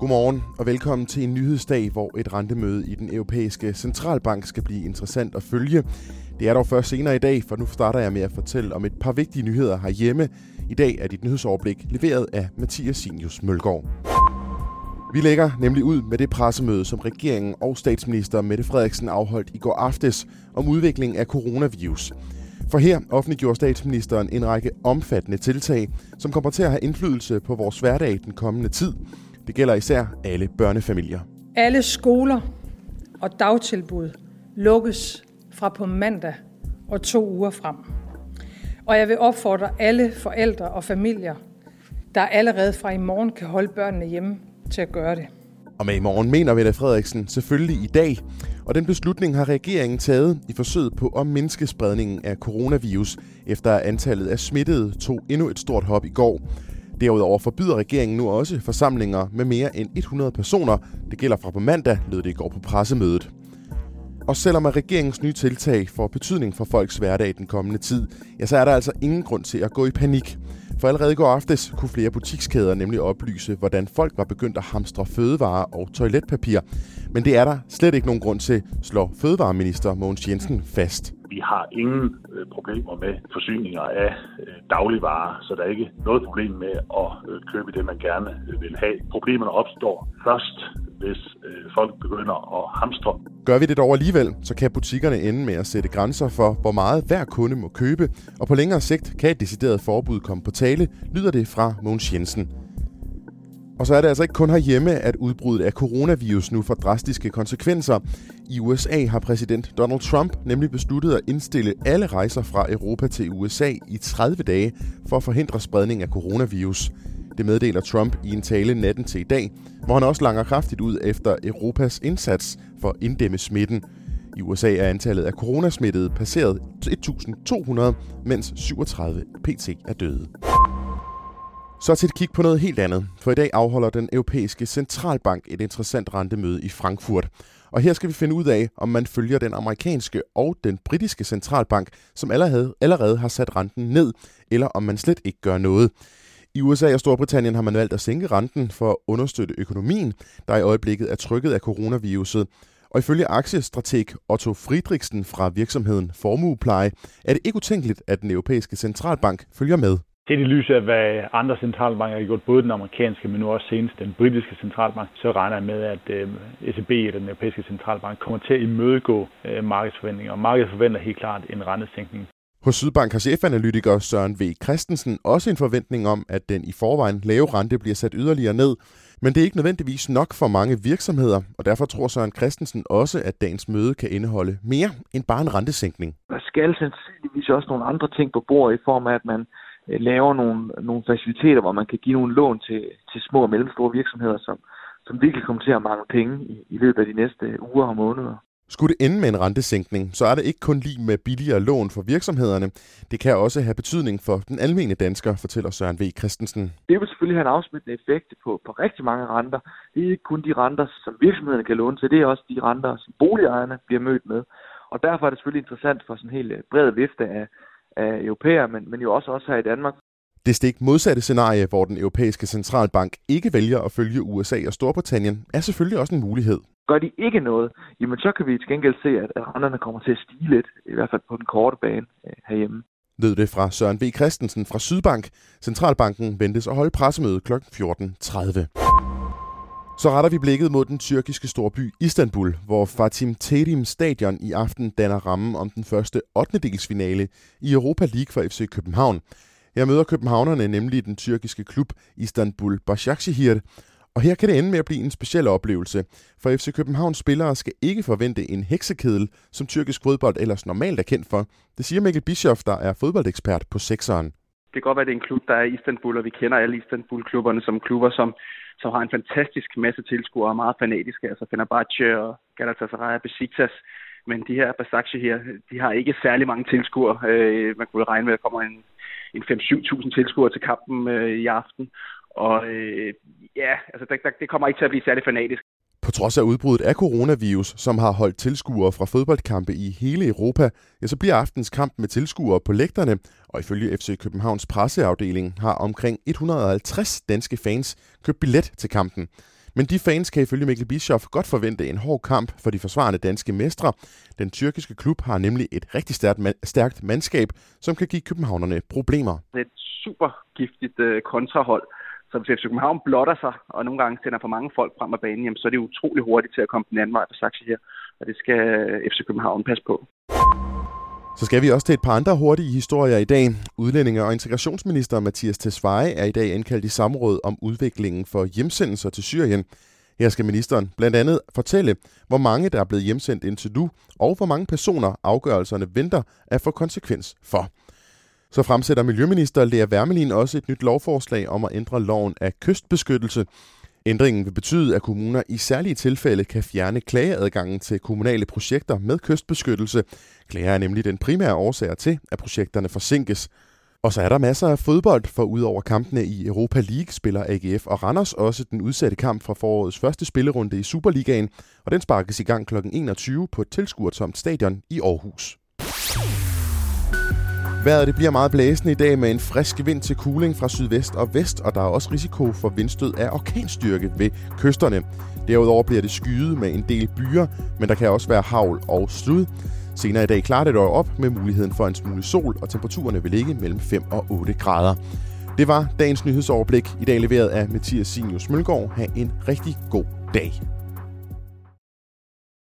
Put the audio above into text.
Godmorgen og velkommen til en nyhedsdag, hvor et rentemøde i den europæiske centralbank skal blive interessant at følge. Det er dog først senere i dag, for nu starter jeg med at fortælle om et par vigtige nyheder herhjemme. I dag er dit nyhedsoverblik leveret af Mathias Sinius Mølgaard. Vi lægger nemlig ud med det pressemøde, som regeringen og statsminister Mette Frederiksen afholdt i går aftes om udviklingen af coronavirus. For her offentliggjorde statsministeren en række omfattende tiltag, som kommer til at have indflydelse på vores hverdag den kommende tid. Det gælder især alle børnefamilier. Alle skoler og dagtilbud lukkes fra på mandag og 2 uger frem. Og jeg vil opfordre alle forældre og familier, der allerede fra i morgen kan holde børnene hjemme, til at gøre det. Og med i morgen mener Mette Frederiksen selvfølgelig i dag, og den beslutning har regeringen taget i forsøget på at mindske spredningen af coronavirus, efter at antallet af smittede tog endnu et stort hop i går. Derudover forbyder regeringen nu også forsamlinger med mere end 100 personer. Det gælder fra på mandag, lød det i går på pressemødet. Og selvom regeringens nye tiltag får betydning for folks hverdag den kommende tid, ja, så er der altså ingen grund til at gå i panik. For allerede i går aftes kunne flere butikskæder nemlig oplyse, hvordan folk var begyndt at hamstre fødevarer og toiletpapir. Men det er der slet ikke nogen grund til, slår fødevareminister Mogens Jensen fast. Vi har ingen problemer med forsyninger af dagligvarer, så der er ikke noget problem med at købe det, man gerne vil have. Problemerne opstår først, hvis folk begynder at hamstre. Gør vi det dog alligevel, så kan butikkerne ende med at sætte grænser for, hvor meget hver kunde må købe, og på længere sigt kan et decideret forbud komme på tale, lyder det fra Mogens Jensen. Og så er det altså ikke kun herhjemme, at udbruddet af coronavirus nu får drastiske konsekvenser. I USA har præsident Donald Trump nemlig besluttet at indstille alle rejser fra Europa til USA i 30 dage for at forhindre spredning af coronavirus. Det meddeler Trump i en tale natten til i dag, hvor han også langer kraftigt ud efter Europas indsats for at inddæmme smitten. I USA er antallet af coronasmittede passeret 1.200, mens 37 pt. Er døde. Så til et kig på noget helt andet, for i dag afholder den europæiske centralbank et interessant rentemøde i Frankfurt. Og her skal vi finde ud af, om man følger den amerikanske og den britiske centralbank, som allerede har sat renten ned, eller om man slet ikke gør noget. I USA og Storbritannien har man valgt at sænke renten for at understøtte økonomien, der i øjeblikket er trykket af coronaviruset. Og ifølge aktiestrateg Otto Friedrichsen fra virksomheden Formuepleje, er det ikke utænkeligt, at den europæiske centralbank følger med. Set i lyset af, hvad andre centralbanker har gjort, både den amerikanske, men nu også senest den britiske centralbank, så regner jeg med, at ECB, eller den europæiske centralbank, kommer til at imødegå markedsforventninger. Og markedet forventer helt klart en rentesænkning. Hos Sydbank har chefanalytiker Søren V. Christensen også en forventning om, at den i forvejen lave rente bliver sat yderligere ned. Men det er ikke nødvendigvis nok for mange virksomheder, og derfor tror Søren Christensen også, at dagens møde kan indeholde mere end bare en rentesænkning. Der skal sandsynligvis også nogle andre ting på bordet i form af, at man laver nogle faciliteter, hvor man kan give nogle lån til små og mellemstore virksomheder, som virkelig kommer til at mangle penge i løbet af de næste uger og måneder. Skulle det ende med en rentesænkning, så er det ikke kun lige med billigere lån for virksomhederne. Det kan også have betydning for den almene dansker, fortæller Søren V. Christensen. Det vil selvfølgelig have en afsmittende effekt på rigtig mange renter. Det er ikke kun de renter, som virksomhederne kan låne til, det er også de renter, som boligejerne bliver mødt med. Og derfor er det selvfølgelig interessant for sådan en helt bred vifte af europæere, men jo også her i Danmark. Det stik modsatte scenarie, hvor den europæiske centralbank ikke vælger at følge USA og Storbritannien, er selvfølgelig også en mulighed. Gør de ikke noget, jamen så kan vi til gengæld se, at renterne kommer til at stige lidt, i hvert fald på den korte bane herhjemme. Lød det fra Søren V. Christensen fra Sydbank. Centralbanken ventes at holde pressemøde kl. 14.30. Så retter vi blikket mod den tyrkiske storby Istanbul, hvor Fatih Terim Stadion i aften danner rammen om den første 8-delsfinale i Europa League for FC København. Her møder københavnerne nemlig den tyrkiske klub Istanbul Başakşehir, og her kan det ende med at blive en speciel oplevelse, for FC Københavns spillere skal ikke forvente en heksekedel, som tyrkisk fodbold ellers normalt er kendt for. Det siger Mikkel Bischoff, der er fodboldekspert på sekseren. Det kan godt være, at det er en klub, der er i Istanbul, og vi kender alle Istanbul-klubberne som klubber, som har en fantastisk masse tilskuere og meget fanatiske, altså Fenerbahçe og Galatasaray og Besiktas. Men de her Başakşehir, de har ikke særlig mange tilskuere. Man kunne regne med, at der kommer en 5-7.000 tilskuere til kampen i aften. Og det kommer ikke til at blive særlig fanatisk. På trods af udbruddet af coronavirus, som har holdt tilskuere fra fodboldkampe i hele Europa, ja, så bliver aftens kamp med tilskuere på lægterne, og ifølge FC Københavns presseafdeling har omkring 150 danske fans købt billet til kampen. Men de fans kan ifølge Mikkel Bischoff godt forvente en hård kamp for de forsvarende danske mestre. Den tyrkiske klub har nemlig et rigtig stærkt mandskab, som kan give københavnerne problemer. Det er et super giftigt kontrahold. Så hvis FC København blotter sig, og nogle gange sender for mange folk frem af banen, jamen, så er det utrolig hurtigt til at komme den anden vej på Saxe her. Og det skal FC København passe på. Så skal vi også til et par andre hurtige historier i dag. Udlændinge- og integrationsminister Mattias Tesfaye er i dag indkaldt i samråd om udviklingen for hjemsendelser til Syrien. Her skal ministeren blandt andet fortælle, hvor mange der er blevet hjemsendt indtil nu, og hvor mange personer afgørelserne venter at få konsekvens for. Så fremsætter Miljøminister Lea Wermelin også et nyt lovforslag om at ændre loven af kystbeskyttelse. Ændringen vil betyde, at kommuner i særlige tilfælde kan fjerne klageadgangen til kommunale projekter med kystbeskyttelse. Klager er nemlig den primære årsag til, at projekterne forsinkes. Og så er der masser af fodbold, for udover kampene i Europa League spiller AGF og Randers også den udsatte kamp fra forårets første spillerunde i Superligaen, og den sparkes i gang kl. 21 på et tilskuertomt stadion i Aarhus. Vejret det bliver meget blæsende i dag med en frisk vind til kuling fra sydvest og vest, og der er også risiko for vindstød af orkanstyrke ved kysterne. Derudover bliver det skyet med en del byer, men der kan også være hagl og slud. Senere i dag klarer det dog op med muligheden for en smule sol, og temperaturerne vil ligge mellem 5 og 8 grader. Det var dagens nyhedsoverblik, i dag leveret af Mathias Sinius Mølgaard. Ha' en rigtig god dag.